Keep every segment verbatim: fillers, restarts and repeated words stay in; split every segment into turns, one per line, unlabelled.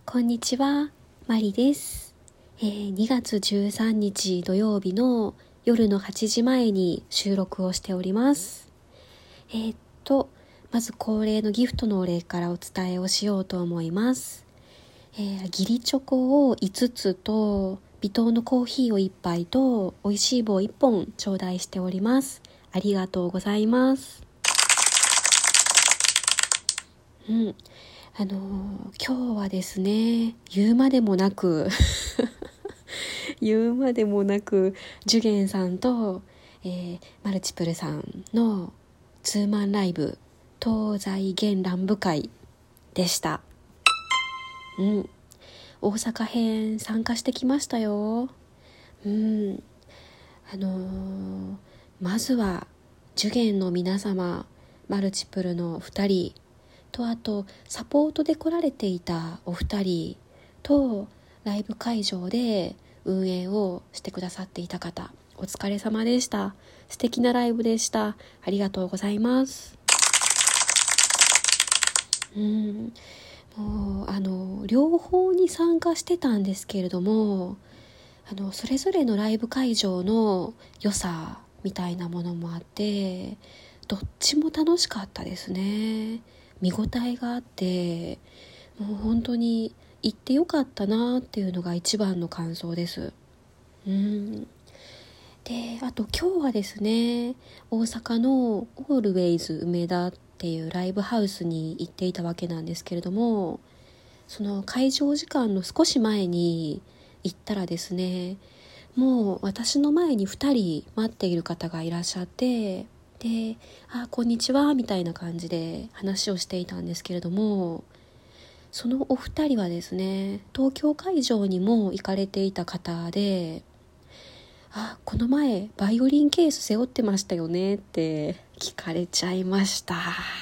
こんにちは、マリです、えー、にがつじゅうさんにち土曜日の夜のはちじまえに収録をしております。えー、っとまず恒例のギフトのお礼からお伝えをしようと思います。えー、義理チョコをいつつと微糖のコーヒーをいっぱいと美味しい棒いっぽん頂戴しております。ありがとうございます。うんあのー、今日はですね、言うまでもなく言うまでもなくジュゲンさんと、えー、マルチプルさんのツーマンライブ東西玄乱舞会でした。うん大阪編参加してきましたよ。うんあのー、まずはジュゲンの皆様、マルチプルのふたりと、あとサポートで来られていたお二人と、ライブ会場で運営をしてくださっていた方、お疲れ様でした。素敵なライブでした。ありがとうございます。うんもうあの両方に参加してたんですけれども、あのそれぞれのライブ会場の良さみたいなものもあって、どっちも楽しかったですね。見応えがあって、もう本当に行ってよかったなっていうのが一番の感想です。うんであと今日はですね、大阪のオールウェイズ梅田っていうライブハウスに行っていたわけなんですけれども、その会場時間の少し前に行ったらですね、もう私の前にふたり待っている方がいらっしゃって、で、あ、こんにちはみたいな感じで話をしていたんですけれども、そのお二人はですね、東京会場にも行かれていた方で、あ、この前バイオリンケース背負ってましたよねって聞かれちゃいました。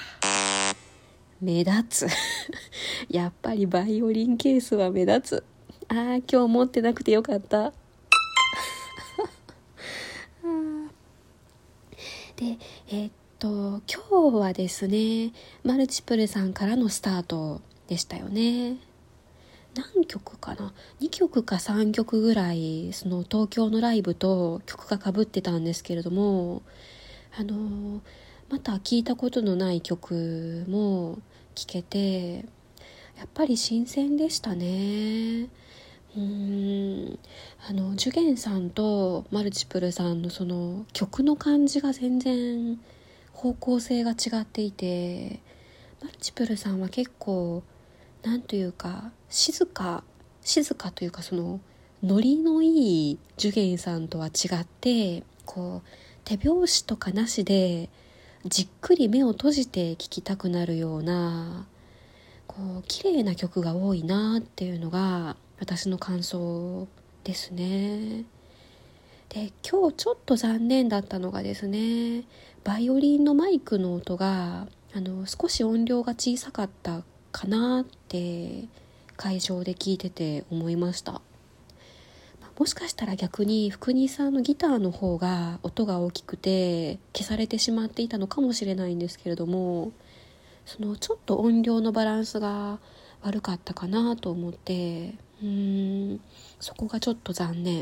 目立つやっぱりバイオリンケースは目立つ。あー、今日持ってなくてよかったで、えーっと今日はですね、マルチプルさんからのスタートでしたよね。何曲かな、にきょくかさんきょくぐらいその東京のライブと曲がかぶってたんですけれども、あのまた聞いたことのない曲も聴けて、やっぱり新鮮でしたね。うーんあのジュゲンさんとマルチプルさんのその曲の感じが全然方向性が違っていて、マルチプルさんは結構なんというか静か静かというか、そのノリのいいジュゲンさんとは違って、こう手拍子とかなしでじっくり目を閉じて聴きたくなるような、こう綺麗な曲が多いなっていうのが私の感想ですね。で、今日ちょっと残念だったのがですね、バイオリンのマイクの音があの少し音量が小さかったかなって会場で聞いてて思いました。もしかしたら逆に福西さんのギターの方が音が大きくて消されてしまっていたのかもしれないんですけれども、そのちょっと音量のバランスが悪かったかなと思って、うーんそこがちょっと残念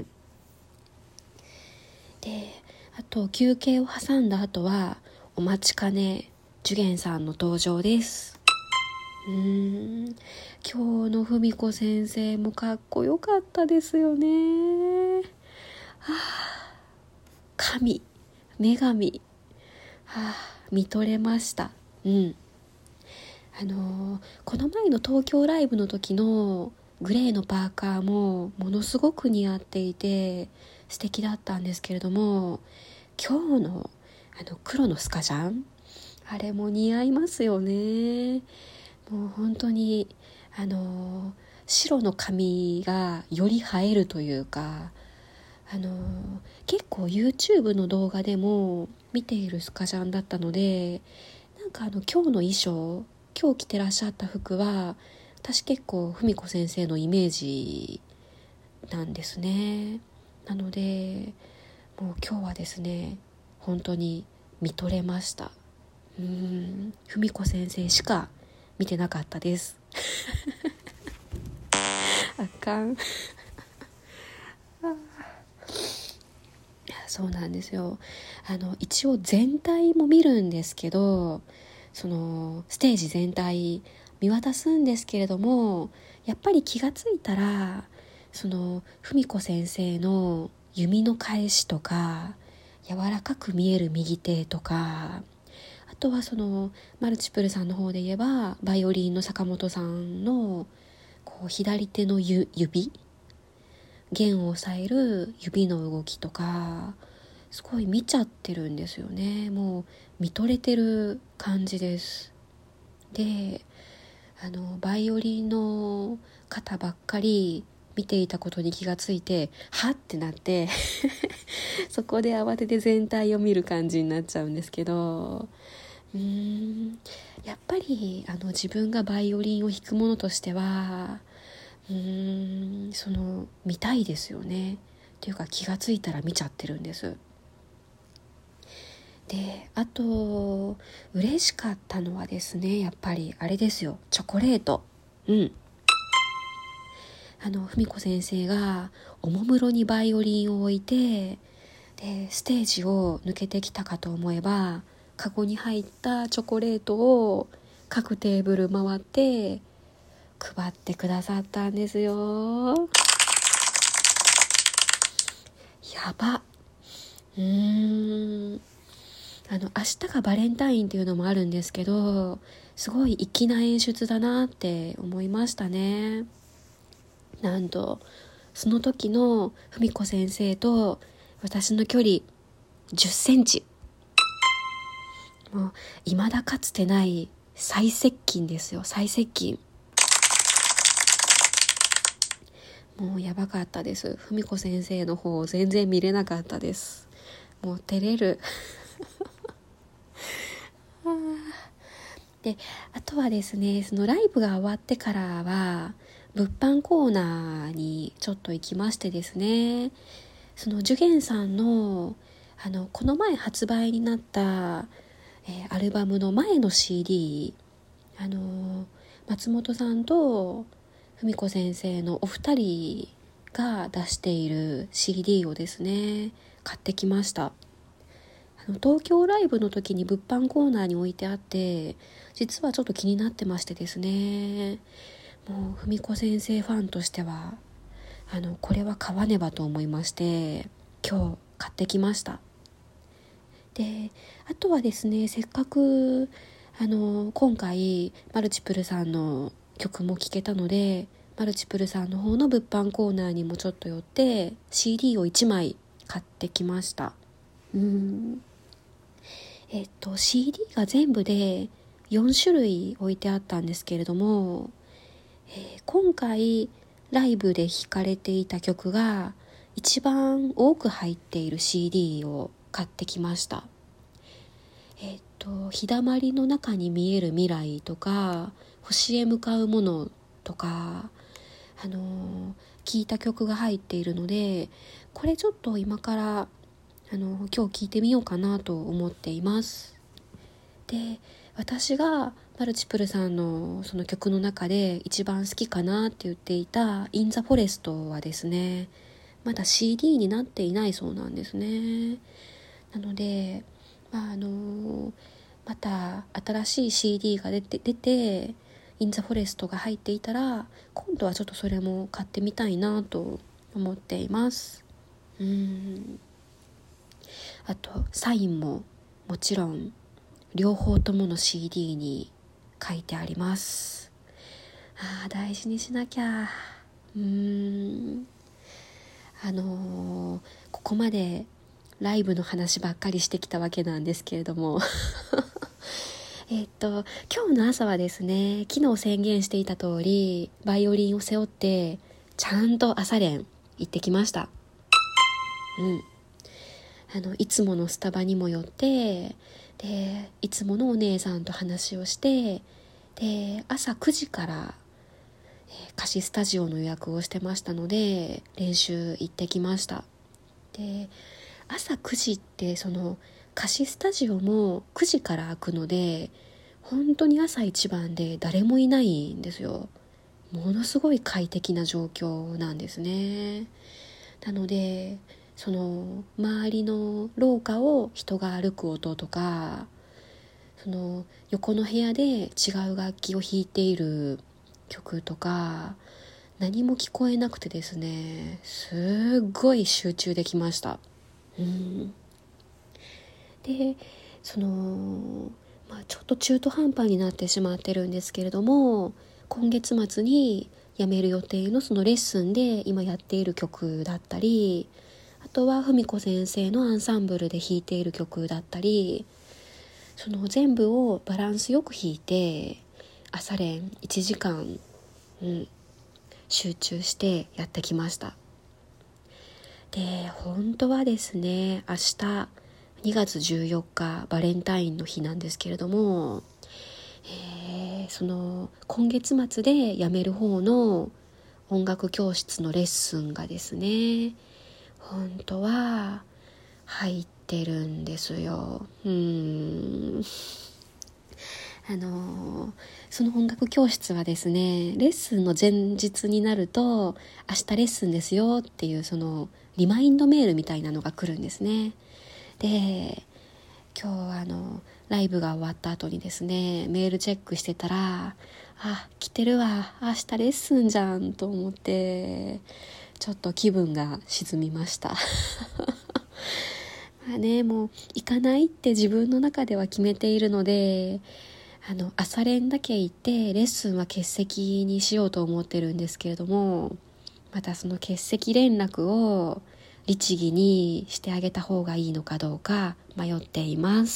で、あと休憩を挟んだ後はお待ちかねジュゲンさんの登場です。うーん今日の文子先生もかっこよかったですよね。はあ、神女神、はあ、見とれました。うんあのー、この前の東京ライブの時のグレーのパーカーもものすごく似合っていて素敵だったんですけれども、今日のあの黒のスカジャン、あれも似合いますよね。もう本当にあの白の髪がより映えるというか、あの結構 YouTube の動画でも見ているスカジャンだったので、なんかあの今日の衣装、今日着てらっしゃった服は私結構文子先生のイメージなんですね。なのでもう今日はですね、本当に見とれました。うーん文子先生しか見てなかったですかんそうなんですよ。あの一応全体も見るんですけど、そのステージ全体見渡すんですけれども、やっぱり気がついたらその文子先生の弓の返しとか、柔らかく見える右手とか、あとはそのマルチプルさんの方で言えばバイオリンの坂本さんのこう左手のゆ指弦を押さえる指の動きとか、すごい見ちゃってるんですよね。もう見とれてる感じです。で、あのバイオリンの方ばっかり見ていたことに気がついて、はってなってそこで慌てて全体を見る感じになっちゃうんですけど、うーんやっぱりあの自分がバイオリンを弾くものとしては、うーんその見たいですよね。っていうか気がついたら見ちゃってるんです。で、あと嬉しかったのはですね、やっぱりあれですよ、チョコレート。うんあの文子先生がおもむろにバイオリンを置いて、でステージを抜けてきたかと思えば、カゴに入ったチョコレートを各テーブル回って配ってくださったんですよ。やば。うーんあの明日がバレンタインっていうのもあるんですけど、すごい粋な演出だなって思いましたね。なんとその時の文子先生と私の距離じゅっセンチ、もう未だかつてない最接近ですよ。最接近。もうやばかったです。文子先生の方全然見れなかったです。もう照れるで、あとはですね、そのライブが終わってからは物販コーナーにちょっと行きましてですね、そのジュゲンさんのあのこの前発売になった、えーアルバムの前の シーディー、あのー松本さんと文子先生のお二人が出している シーディー をですね買ってきました。あの東京ライブの時に物販コーナーに置いてあって、実はちょっと気になってましてですね、もう文子先生ファンとしてはあのこれは買わねばと思いまして今日買ってきました。で、あとはですね、せっかくあの今回マルチプルさんの曲も聴けたので、マルチプルさんの方の物販コーナーにもちょっと寄って シーディー をいちまい買ってきました。うーんえっと シーディー が全部でよんしゅるい置いてあったんですけれども、えー今回ライブで弾かれていた曲が一番多く入っている シーディー を買ってきました。えっと日だまりの中に見える未来とか、星へ向かうものとか、あのー聞いた曲が入っているので、これちょっと今からあの今日聞いてみようかなと思っています。で、私がマルチプルさんのその曲の中で一番好きかなって言っていた In the Forest はですね、まだ シーディー になっていないそうなんですね。なので、まああのまた新しい シーディー が出て、出て In the Forest が入っていたら、今度はちょっとそれも買ってみたいなと思っています。うーんあとサインももちろん両方ともの シーディー に書いてあります。あー大事にしなきゃ。うーんあのーここまでライブの話ばっかりしてきたわけなんですけれどもえっと今日の朝はですね、昨日宣言していた通りバイオリンを背負ってちゃんと朝練行ってきました。うんあのいつものスタバにも寄って、でいつものお姉さんと話をして、で朝くじから、えー貸しスタジオの予約をしてましたので練習行ってきました。で朝くじってその貸しスタジオもくじから開くので、本当に朝一番で誰もいないんですよ。 ものすごい快適な状況なんですね。なのでその周りの廊下を人が歩く音とか、その横の部屋で違う楽器を弾いている曲とか、何も聞こえなくてですね、すっごい集中できました。うん、でその、まあ、ちょっと中途半端になってしまってるんですけれども、今月末に辞める予定のそのレッスンで今やっている曲だったり、あとは文子先生のアンサンブルで弾いている曲だったり、その全部をバランスよく弾いて朝練いちじかん、うん、集中してやってきました。で本当はですね、明日にがつじゅうよっかバレンタインの日なんですけれども、えー、その今月末で辞める方の音楽教室のレッスンがですね、本当は入ってるんですよ。うーんあのー、その音楽教室はですね、レッスンの前日になると明日レッスンですよっていうそのリマインドメールみたいなのが来るんですね。で今日あのライブが終わった後にですね、メールチェックしてたら、あ、来てるわ、明日レッスンじゃんと思って、ちょっと気分が沈みましたまあね、もう行かないって自分の中では決めているので、あの朝練だけ行ってレッスンは欠席にしようと思ってるんですけれども、またその欠席連絡を律儀にしてあげた方がいいのかどうか迷っています。